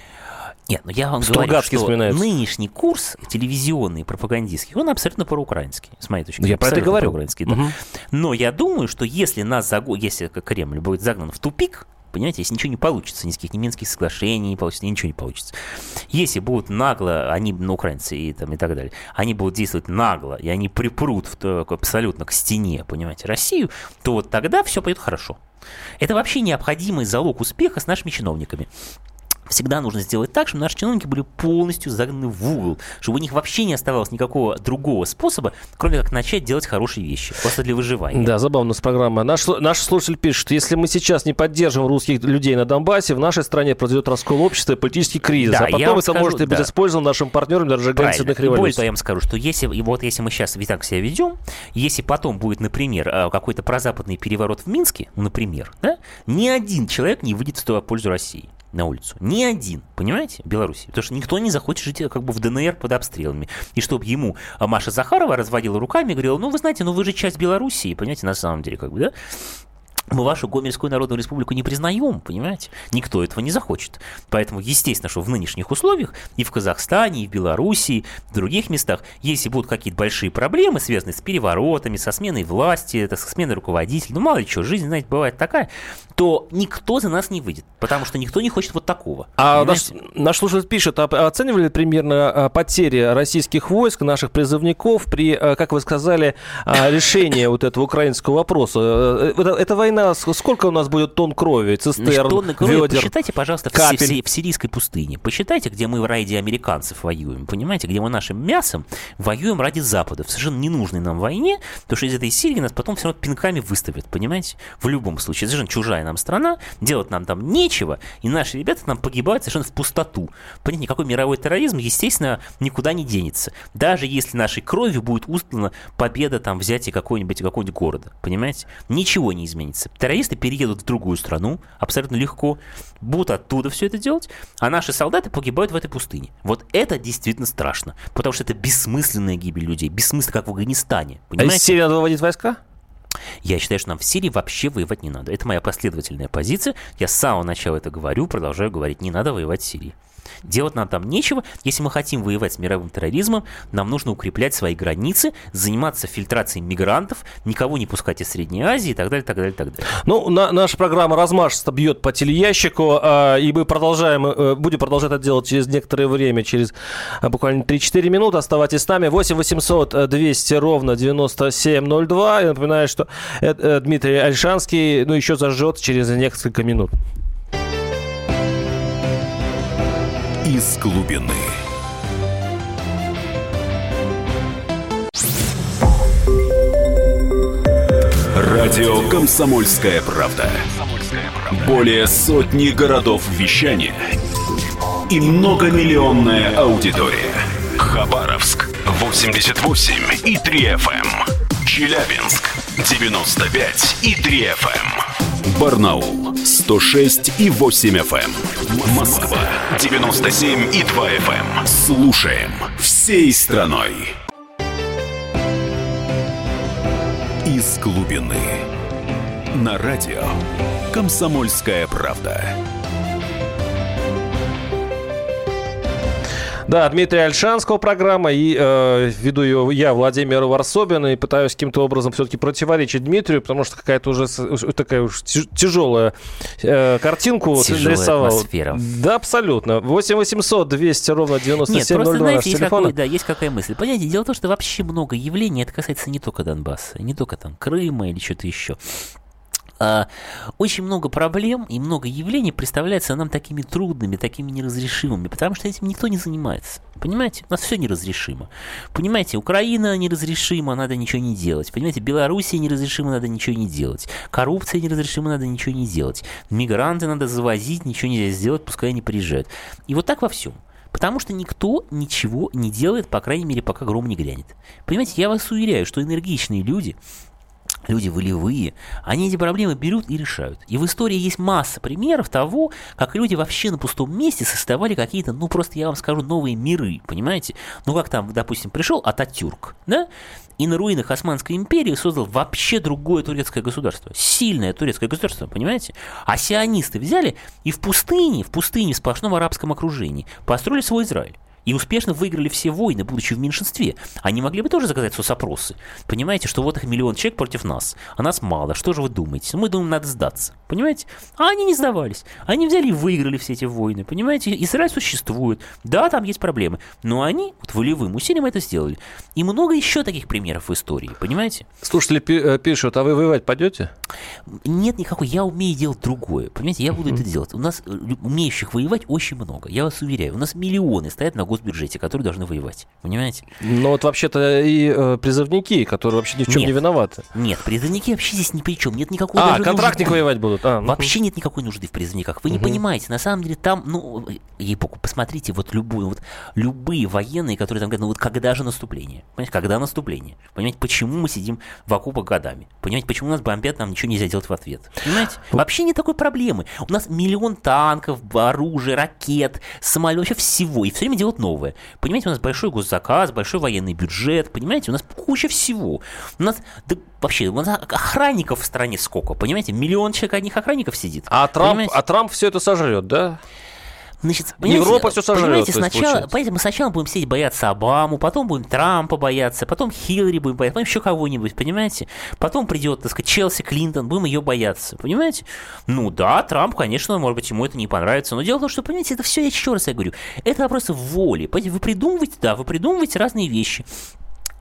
Нет, ну я вам говорю, что вспоминается. Нынешний курс телевизионный, пропагандистский, он абсолютно проукраинский, с моей точки зрения. Я про это говорю. Да. Угу. Но я думаю, что если нас заго... если Кремль будет загнан в тупик, понимаете, если ничего не получится, никаких ни Минских соглашений не получится, ничего не получится. Если будут нагло, они, ну, украинцы и, там, и так далее, они будут действовать нагло, и они припрут в то, абсолютно к стене, понимаете, Россию, то вот тогда все пойдет хорошо. Это вообще необходимый залог успеха с нашими чиновниками. Всегда нужно сделать так, чтобы наши чиновники были полностью загнаны в угол, чтобы у них вообще не оставалось никакого другого способа, кроме как начать делать хорошие вещи, просто для выживания. Да, забавно с программой. Наш, наш слушатель пишет, что если мы сейчас не поддержим русских людей на Донбассе, в нашей стране произойдет раскол общества и политический кризис, да, а потом это скажу, может быть да. использовано нашим партнером для разжигания цветных революций. Более того, я вам скажу, что если, и вот если мы сейчас ведь так себя ведем, если потом будет, например, какой-то прозападный переворот в Минске, например, да, ни один человек не выйдет в пользу России на улицу. Ни один, понимаете, в Беларуси. Потому что никто не захочет жить как бы в ДНР под обстрелами. И чтобы ему Маша Захарова разводила руками и говорила, ну, вы знаете, ну, вы же часть Белоруссии, понимаете, на самом деле, как бы, да? Мы вашу Гомельскую народную республику не признаем, понимаете? Никто этого не захочет. Поэтому, естественно, что в нынешних условиях и в Казахстане, и в Белоруссии, в других местах, если будут какие-то большие проблемы, связанные с переворотами, со сменой власти, это, со сменой руководителей, ну, мало ли что, жизнь, знаете, бывает такая, то никто за нас не выйдет, потому что никто не хочет вот такого. А наш, наш слушатель пишет, а оценивали примерно потери российских войск, наших призывников при, как вы сказали, решении вот этого украинского вопроса? Это, это война Украина, сколько у нас будет тонн крови, цистерн, тонны крови, ведер, посчитайте, пожалуйста, в, си- в сирийской пустыне. Посчитайте, где мы ради американцев воюем, понимаете, где мы нашим мясом воюем ради Запада, в совершенно ненужной нам войне, потому что из этой Сирии нас потом все равно пинками выставят, понимаете? В любом случае, совершенно чужая нам страна, делать нам там нечего, и наши ребята нам погибают совершенно в пустоту. Понимаете, никакой мировой терроризм, естественно, никуда не денется. Даже если нашей кровью будет устлана победа, там, взятия какого-нибудь, какого-нибудь города, понимаете? Ничего не изменится. Террористы переедут в другую страну абсолютно легко, будут оттуда все это делать, а наши солдаты погибают в этой пустыне. Вот это действительно страшно, потому что это бессмысленная гибель людей, бессмысленно, как в Афганистане. Понимаете? А из Сирии надо выводить войска? Я считаю, что нам в Сирии вообще воевать не надо. Это моя последовательная позиция. Я с самого начала это говорю, продолжаю говорить, не надо воевать в Сирии. Делать нам там нечего. Если мы хотим воевать с мировым терроризмом, нам нужно укреплять свои границы, заниматься фильтрацией мигрантов, никого не пускать из Средней Азии и так далее, так далее, так далее. Ну, на, наша программа размашисто бьет по телеящику, э, и мы продолжаем, э, будем продолжать это делать через некоторое время, через э, буквально три-четыре минуты. Оставайтесь с нами. восемь восемьсот двести ровно девяносто семь ноль два. Я напоминаю, что э, э, Дмитрий Ольшанский, ну, еще зажжет через несколько минут. Из глубины. Радио «Комсомольская правда». Более сотни городов вещания и многомиллионная аудитория. Хабаровск восемьдесят восемь и три эф эм. Челябинск девяносто пять и три эф эм. Барнаул сто шесть и восемь эф эм. Москва девяносто семь и два эф эм. Слушаем всей страной. Из глубины. На радио «Комсомольская правда». Да, Дмитрий Ольшанского программа, и э, веду ее я, Владимир Варсобин, и пытаюсь каким-то образом все-таки противоречить Дмитрию, потому что какая-то уже такая уж тяжелая э, картинку нарисовал. Атмосфера. Да, абсолютно. восемь восемьсот двести ровно девяносто семь ноль два наш телефон. Какой, да, есть какая мысль. Понимаете, дело в том, что вообще много явлений, это касается не только Донбасса, не только там Крыма или что-то еще. А, очень много проблем и много явлений представляется нам такими трудными, такими неразрешимыми, потому что этим никто не занимается. Понимаете? У нас все неразрешимо. Понимаете, Украина неразрешима, надо ничего не делать. Понимаете, Белоруссия неразрешима, надо ничего не делать. Коррупция неразрешима, надо ничего не делать. Мигранты надо завозить, ничего нельзя сделать, пускай они приезжают. И вот так во всем. Потому что никто ничего не делает, по крайней мере, пока гром не грянет. Понимаете, я вас уверяю, что энергичные люди... Люди волевые, они эти проблемы берут и решают. И в истории есть масса примеров того, как люди вообще на пустом месте создавали какие-то, ну просто я вам скажу, новые миры, понимаете? Ну как там, допустим, пришел Ататюрк, да? И на руинах Османской империи создал вообще другое турецкое государство. Сильное турецкое государство, понимаете? А сионисты взяли и в пустыне, в пустыне в сплошном арабском окружении построили свой Израиль. И успешно выиграли все войны, будучи в меньшинстве. Они могли бы тоже заказать соцопросы. Понимаете, что вот их миллион человек против нас. А нас мало. Что же вы думаете? Мы думаем, надо сдаться. Понимаете? А они не сдавались. Они взяли и выиграли все эти войны. Понимаете? Израиль существует. Да, там есть проблемы. Но они вот волевым усилием это сделали. И много еще таких примеров в истории. Понимаете? Слушатели пи- пишут, а вы воевать пойдете? Нет никакой. Я умею делать другое. Понимаете? Я буду mm-hmm. это делать. У нас умеющих воевать очень много. Я вас уверяю. У нас миллионы стоят на госбюджете, которые должны воевать. Понимаете? Но вот вообще-то и э, призывники, которые вообще ни в чем нет, не виноваты. Нет, призывники вообще здесь ни при чем. Нет никакой А, даже контрактник нужды. воевать будут? А, вообще нет никакой нужды в призывниках. Вы uh-huh. не понимаете. На самом деле там, ну, ей-богу, посмотрите, вот, любую, вот любые военные, которые там говорят, ну вот когда же наступление? Понимаете, когда наступление? Понимаете, почему мы сидим в окопах годами? Понимаете, почему нас бомбят, нам ничего нельзя делать в ответ? Понимаете? Вообще нет такой проблемы. У нас миллион танков, оружия, ракет, самолетов, вообще всего. И все время делают новое. Понимаете, у нас большой госзаказ, большой военный бюджет, понимаете, у нас куча всего. У нас, да, вообще, у нас охранников в стране сколько, понимаете, миллион человек одних охранников сидит. А Трамп, а Трамп все это сожрет, да? Значит, Европа все сожрет. Понимаете, сначала, понимаете, мы сначала будем сидеть бояться Обаму, потом будем Трампа бояться, потом Хиллари будем бояться, потом еще кого-нибудь, понимаете? Потом придет, так сказать, Челси Клинтон, будем ее бояться, понимаете? Ну да, Трамп, конечно, может быть, ему это не понравится, но дело в том, что, понимаете, это все, я еще раз я говорю, это вопрос воли. Понимаете, вы придумываете, да, вы придумываете разные вещи.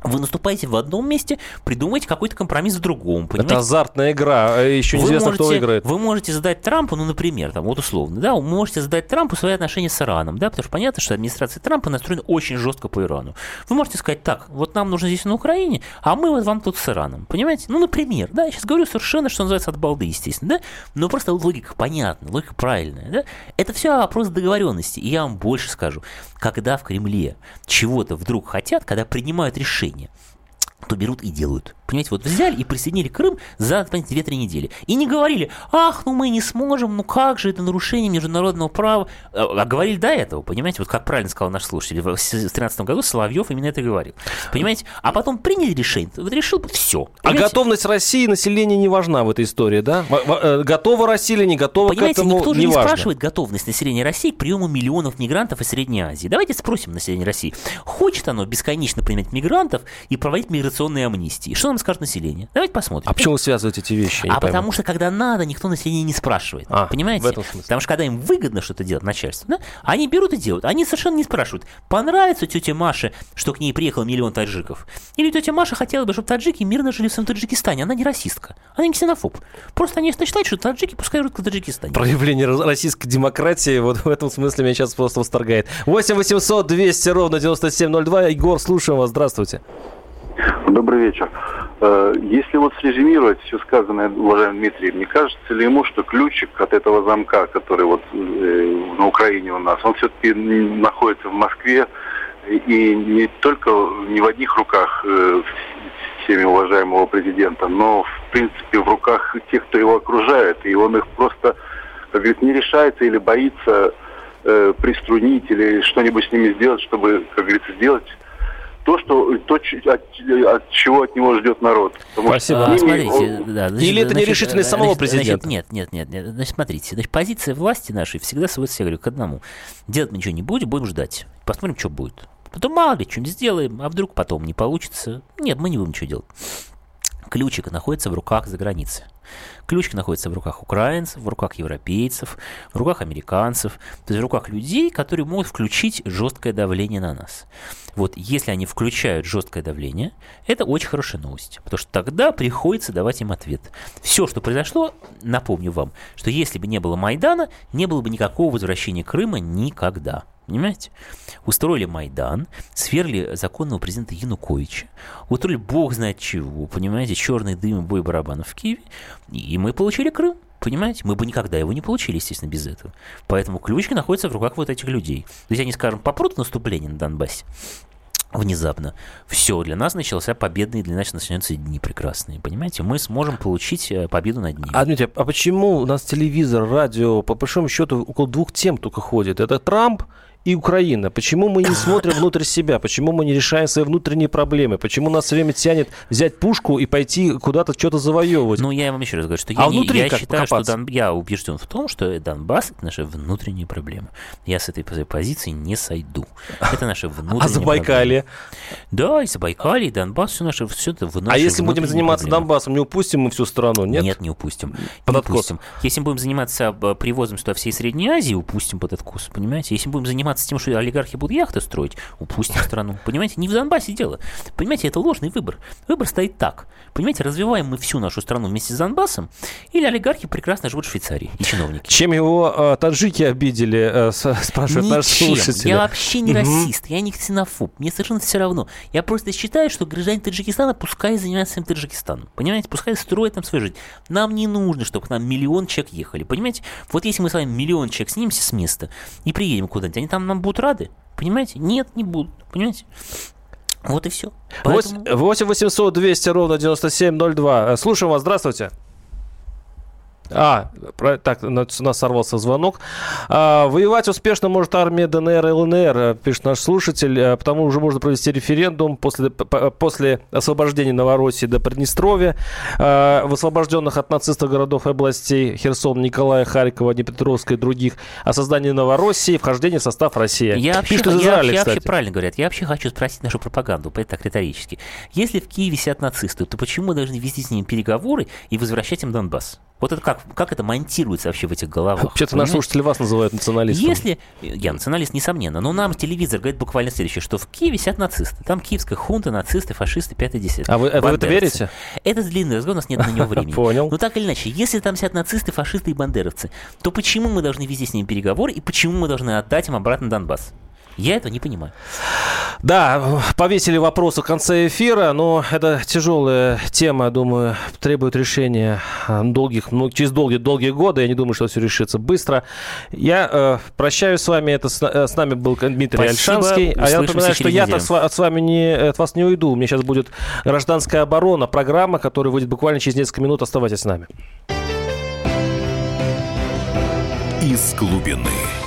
Вы наступаете в одном месте, придумаете какой-то компромисс в другом. Понимаете? Это азартная игра, еще неизвестно, можете, кто выиграет. Вы можете задать Трампу, ну, например, там, вот условно, да, вы можете задать Трампу свои отношения с Ираном, да, потому что понятно, что администрация Трампа настроена очень жестко по Ирану. Вы можете сказать, так, вот нам нужно здесь на Украине, а мы вот вам тут с Ираном, понимаете? Ну, например, да, я сейчас говорю совершенно, что называется, от балды, естественно, да, но просто логика понятна, логика правильная, да. Это все вопрос договоренности, и я вам больше скажу, когда в Кремле чего-то вдруг хотят, когда принимают решение, то берут и делают. Понимаете, вот взяли и присоединили Крым за, понимаете, две-три недели. И не говорили, ах, ну мы не сможем, ну как же, это нарушение международного права. А говорили до этого, понимаете, вот как правильно сказал наш слушатель, в две тысячи тринадцатом году Соловьев именно это говорил. Понимаете, а потом приняли решение, вот решил, все. Понимаете? А готовность России населения не важна в этой истории, да? Готова Россия или не готова понимаете, к этому, никто же не не важно. Спрашивает готовность населения России к приему миллионов мигрантов из Средней Азии. Давайте спросим население России, хочет оно бесконечно принимать мигрантов и проводить миграционные амнистии? Что нам скажет население? Давайте посмотрим. А почему вы связываете эти вещи? А потому что, когда надо, никто население не спрашивает. А, понимаете? В этом смысле. Потому что, когда им выгодно что-то делать, начальство, да, они берут и делают. Они совершенно не спрашивают, понравится тете Маше, что к ней приехал миллион таджиков? Или тетя Маша хотела бы, чтобы таджики мирно жили в своем Таджикистане? Она не расистка, она не ксенофоб. Просто они считают, что таджики пускай живут в Таджикистане. Проявление российской демократии вот в этом смысле меня сейчас просто восторгает. восемь восемьсот двести ровно девяносто семь ноль два. Егор, слушаем вас. Здравствуйте. Добрый вечер. Если вот срезюмировать все сказанное, уважаемый Дмитрий, не кажется ли ему, что ключик от этого замка, который вот на Украине у нас, он все-таки находится в Москве и не только не в одних руках всеми уважаемого президента, но в принципе в руках тех, кто его окружает, и он их просто, как говорится, не решается или боится приструнить или что-нибудь с ними сделать, чтобы, как говорится, сделать то, что, то, от, от чего от него ждет народ. Спасибо. А, смотрите, да, значит, Или это значит, нерешительность самого значит, президента? Значит, нет, нет, нет, нет. Значит, смотрите, значит, позиция власти нашей всегда сводится, я говорю, к одному. Делать мы ничего не будем, будем ждать. Посмотрим, что будет. Потом мало ли, что-нибудь сделаем, а вдруг потом не получится. Нет, мы не будем ничего делать. Ключик находится в руках за границей. Ключик находится в руках украинцев, в руках европейцев, в руках американцев, то есть в руках людей, которые могут включить жесткое давление на нас. Вот если они включают жесткое давление, это очень хорошая новость, потому что тогда приходится давать им ответ. Все, что произошло, напомню вам, что если бы не было Майдана, не было бы никакого возвращения Крыма никогда. Понимаете? Устроили Майдан, свергли законного президента Януковича, устроили бог знает чего, понимаете, черный дым и бой барабанов в Киеве, и мы получили Крым. Понимаете? Мы бы никогда его не получили, естественно, без этого. Поэтому ключики находятся в руках вот этих людей. То есть они, скажем, попрут наступление на Донбассе внезапно. Все, для нас начался победный, для нас начнутся дни прекрасные. Понимаете? Мы сможем получить победу над ними. А, Дмитрий, а почему у нас телевизор, радио, по большому счету, около двух тем только ходит? Это Трамп и Украина. Почему мы не смотрим внутрь себя? Почему мы не решаем свои внутренние проблемы? Почему нас все время тянет взять пушку и пойти куда-то что-то завоевывать? Ну, я вам еще раз говорю, что а я, внутри я как считаю, покопаться? что Дон... я убежден в том, что Донбасс — это наша внутренняя проблема. Я с этой позиции не сойду. Это наша внутренняя А Забайкалье? проблема. Да, и Забайкалье, и Донбасс, все, наше, все это в А если будем заниматься проблема. Донбассом, не упустим мы всю страну, нет? Нет, не упустим. Под не откос. упустим. Если мы будем заниматься привозом сюда всей Средней Азии, упустим под откос, понимаете? Если мы будем заниматься тем, что олигархи будут яхты строить, упустим страну. Понимаете, не в Донбассе дело. Понимаете, это ложный выбор. Выбор стоит так. Понимаете, развиваем мы всю нашу страну вместе с Донбассом, или олигархи прекрасно живут в Швейцарии, и чиновники. Чем его э, таджики обидели, э, спрашивают наши слушатели. Я вообще не угу. расист, я не ксенофоб. Мне совершенно все равно. Я просто считаю, что граждане Таджикистана пускай занимаются своим Таджикистаном. Понимаете, пускай строят там свою жизнь. Нам не нужно, чтобы к нам миллион человек ехали. Понимаете, вот если мы с вами миллион человек снимемся с места и приедем куда-нибудь, они там нам будут рады? Понимаете? Нет, не будут. Понимаете? Вот и все. Поэтому... восемь восемьсот двести ровно девяносто семь ноль два. Слушаем вас. Здравствуйте. А, так, у нас сорвался звонок. А, воевать успешно может армия ДНР и ЛНР, пишет наш слушатель. Потому уже можно провести референдум после, после освобождения Новороссии до Приднестровья, а, в освобожденных от нацистов городов и областей Херсон, Николая, Харькова, Днепропетровска и других, о создании Новороссии, вхождение в состав России. Я вообще, пишет из я, Израиля, я кстати. вообще правильно говорят. Я вообще хочу спросить нашу пропаганду, поэтому так риторически. Если в Киеве сидят нацисты, то почему мы должны вести с ними переговоры и возвращать им Донбасс? Вот это как, как это монтируется вообще в этих головах? Вообще-то наши слушатели вас называют националистом. Если, я националист, несомненно, но нам телевизор говорит буквально следующее, что в Киеве сидят нацисты. Там киевская хунта, нацисты, фашисты, пятое, десятое. А вы, вы в это верите? Это длинный разговор, у нас нет на него времени. Понял. Но так или иначе, если там сидят нацисты, фашисты и бандеровцы, то почему мы должны вести с ними переговоры и почему мы должны отдать им обратно Донбасс? Я этого не понимаю. Да, повесили вопрос в конце эфира, но это тяжелая тема, думаю, требует решения долгих, ну, через долгие, долгие годы. Я не думаю, что все решится быстро. Я э, прощаюсь с вами. Это с, с нами был Дмитрий Спасибо. Альшанский. А я напоминаю, что я-то с, с вами не, от вас не уйду. У меня сейчас будет «Гражданская оборона», программа, которая выйдет буквально через несколько минут. Оставайтесь с нами. Из глубины.